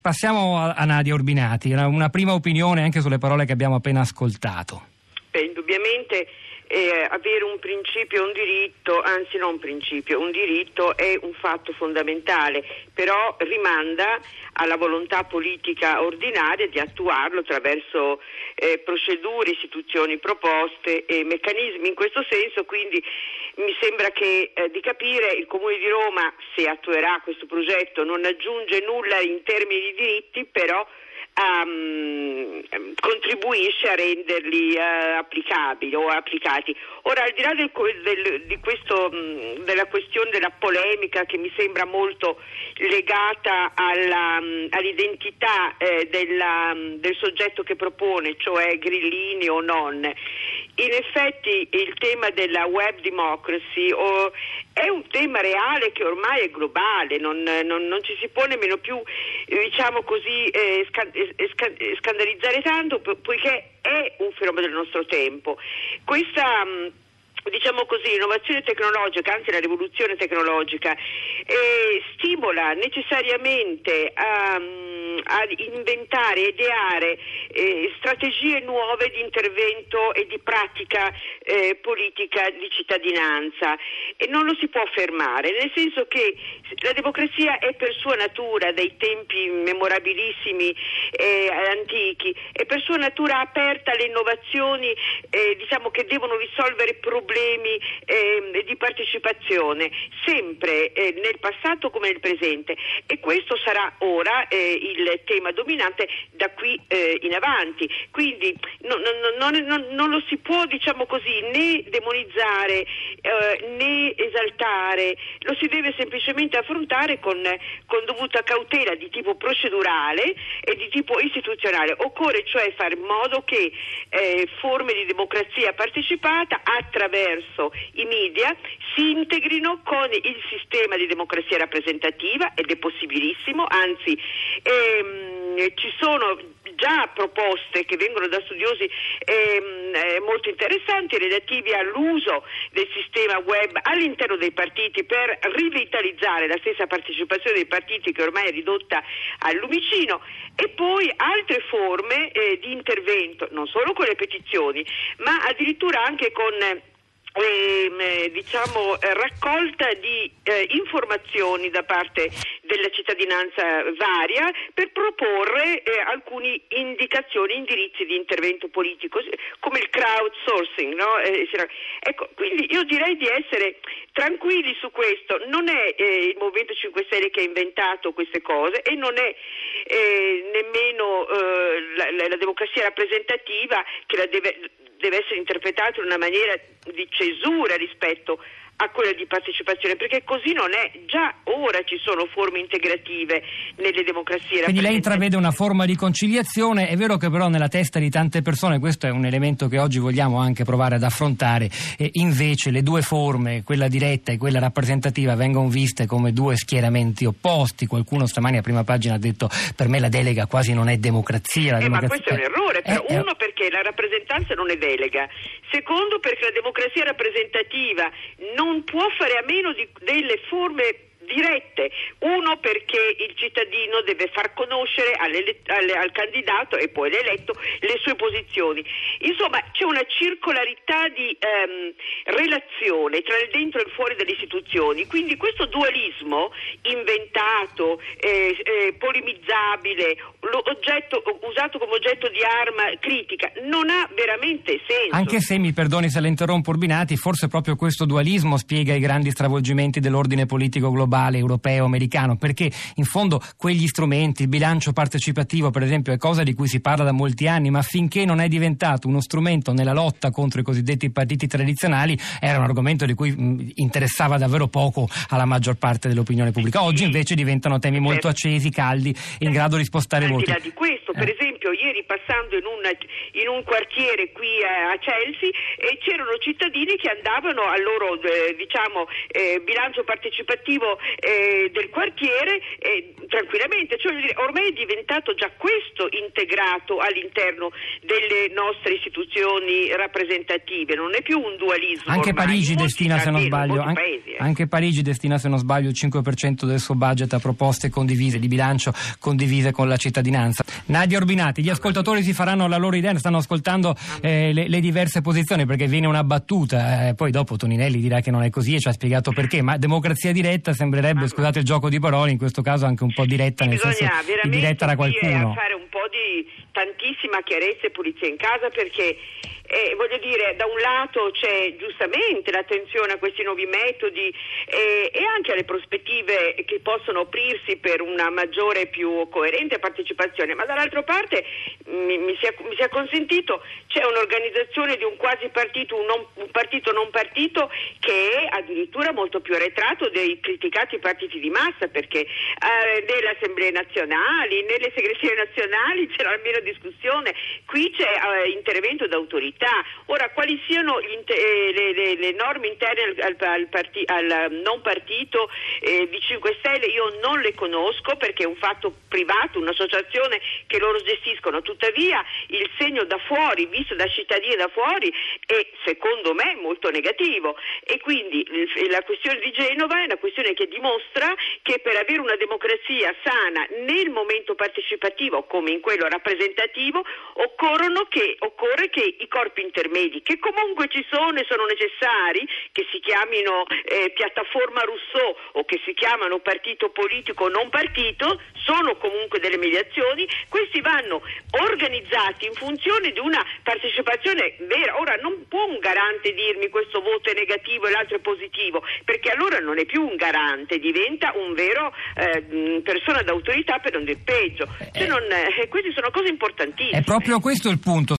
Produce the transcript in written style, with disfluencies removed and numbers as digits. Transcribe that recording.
Passiamo a Nadia Urbinati, una prima opinione anche sulle parole che abbiamo appena ascoltato. Indubbiamente avere un principio, un diritto, anzi non un principio, un diritto è un fatto fondamentale, però rimanda alla volontà politica ordinaria di attuarlo attraverso procedure, istituzioni proposte e meccanismi. In questo senso, quindi, mi sembra che di capire il Comune di Roma, se attuerà questo progetto, non aggiunge nulla in termini di diritti, però contribuisce a renderli applicabili o applicati. Ora, al di là della questione della polemica, che mi sembra molto legata all'identità del soggetto che propone, cioè grillini o non, in effetti il tema della web democracy è un tema reale che ormai è globale, non ci si può nemmeno più, diciamo così, scandalizzare tanto, poiché è un fenomeno del nostro tempo. Questa, diciamo così, innovazione tecnologica, anzi la rivoluzione tecnologica, stimola necessariamente a inventare, ideare strategie nuove di intervento e di pratica politica di cittadinanza, e non lo si può fermare, nel senso che la democrazia è per sua natura, dai tempi memorabilissimi antichi, è per sua natura aperta alle innovazioni diciamo che devono risolvere problemi di partecipazione, sempre nel passato come nel presente, e questo sarà ora il tema dominante da qui in avanti. Quindi non lo si può, diciamo così, né demonizzare né esaltare, lo si deve semplicemente affrontare con dovuta cautela di tipo procedurale e di tipo istituzionale. Occorre cioè fare in modo che forme di democrazia partecipata attraverso i media si integrino con il sistema di democrazia rappresentativa, ed è possibilissimo, anzi ci sono già proposte che vengono da studiosi molto interessanti relativi all'uso del sistema web all'interno dei partiti per rivitalizzare la stessa partecipazione dei partiti, che ormai è ridotta al lumicino, e poi altre forme di intervento, non solo con le petizioni, ma addirittura anche con raccolta di informazioni da parte della cittadinanza varia, per proporre alcune indicazioni, indirizzi di intervento politico, come il crowdsourcing, no? Ecco, quindi io direi di essere tranquilli su questo. Non è il Movimento 5 Stelle che ha inventato queste cose, e non è nemmeno la democrazia rappresentativa che deve essere interpretata in una maniera di cesura rispetto a quella di partecipazione, perché così non è. Già ora ci sono forme integrative nelle democrazie. Quindi lei intravede una forma di conciliazione. È vero che però nella testa di tante persone, questo è un elemento che oggi vogliamo anche provare ad affrontare, invece le due forme, quella diretta e quella rappresentativa, vengono viste come due schieramenti opposti. Qualcuno stamani a prima pagina ha detto: per me la delega quasi non è democrazia. Ma questo è un errore, però. Uno, perché la rappresentanza non è delega; secondo, perché la democrazia rappresentativa non può fare a meno delle forme dirette. Uno, perché il cittadino deve far conoscere al candidato e poi l'eletto le sue posizioni. Insomma, c'è una circolarità di relazione tra il dentro e il fuori delle istituzioni. Quindi questo dualismo inventato, polemizzabile, usato come oggetto di arma critica, non ha veramente senso. Anche se, mi perdoni se la interrompo Urbinati, forse proprio questo dualismo spiega i grandi stravolgimenti dell'ordine politico globale, europeo, americano, perché in fondo quegli strumenti, il bilancio partecipativo per esempio, è cosa di cui si parla da molti anni, ma finché non è diventato uno strumento nella lotta contro i cosiddetti partiti tradizionali era un argomento di cui interessava davvero poco alla maggior parte dell'opinione pubblica. Oggi invece diventano temi molto accesi, caldi, in grado di spostare voti. Al di là di questo, diverso. Per esempio, ieri passando in un quartiere qui a Chelsea c'erano cittadini che andavano al loro bilancio partecipativo del quartiere tranquillamente, cioè ormai è diventato già questo integrato all'interno delle nostre istituzioni rappresentative, non è più un dualismo. Anche ormai. Parigi destina, se non sbaglio, anche Parigi destina, se non sbaglio, il 5% del suo budget a proposte condivise di bilancio condivise con la cittadinanza. Nadia Urbinati, gli ascoltatori si faranno la loro idea, stanno ascoltando le diverse posizioni, perché viene una battuta, poi dopo Toninelli dirà che non è così e ci ha spiegato perché, ma democrazia diretta sembrerebbe, scusate il gioco di parole, in questo caso anche un po' diretta, nel senso di diretta da qualcuno. Fare un po' di tantissima chiarezza e pulizia in casa, perché voglio dire, da un lato c'è giustamente l'attenzione a questi nuovi metodi e anche alle prospettive che possono aprirsi per una maggiore e più coerente partecipazione, ma dall'altra parte mi sia consentito, c'è un'organizzazione di un quasi partito, un partito non partito, che è addirittura molto più arretrato dei criticati partiti di massa, perché nelle assemblee nazionali, nelle segreterie nazionali c'era almeno discussione, qui c'è intervento d'autorità. Ora, quali siano le norme interne al non partito di 5 Stelle io non le conosco, perché è un fatto privato, un'associazione che loro gestiscono. Tuttavia il segno da fuori, visto da cittadini da fuori, è secondo me molto negativo, e quindi la questione di Genova è una questione che dimostra che per avere una democrazia sana nel momento partecipativo come in quello rappresentativo occorre che i corpi intermedi, che comunque ci sono e sono necessari, che si chiamino piattaforma Rousseau o che si chiamano partito politico o non partito, sono comunque delle mediazioni, questi vanno organizzati in funzione di una partecipazione vera. Ora non può un garante dirmi questo voto è negativo e l'altro è positivo, perché allora non è più un garante, diventa un vero persona d'autorità, per non dir peggio. Queste sono cose importantissime. È proprio questo il punto.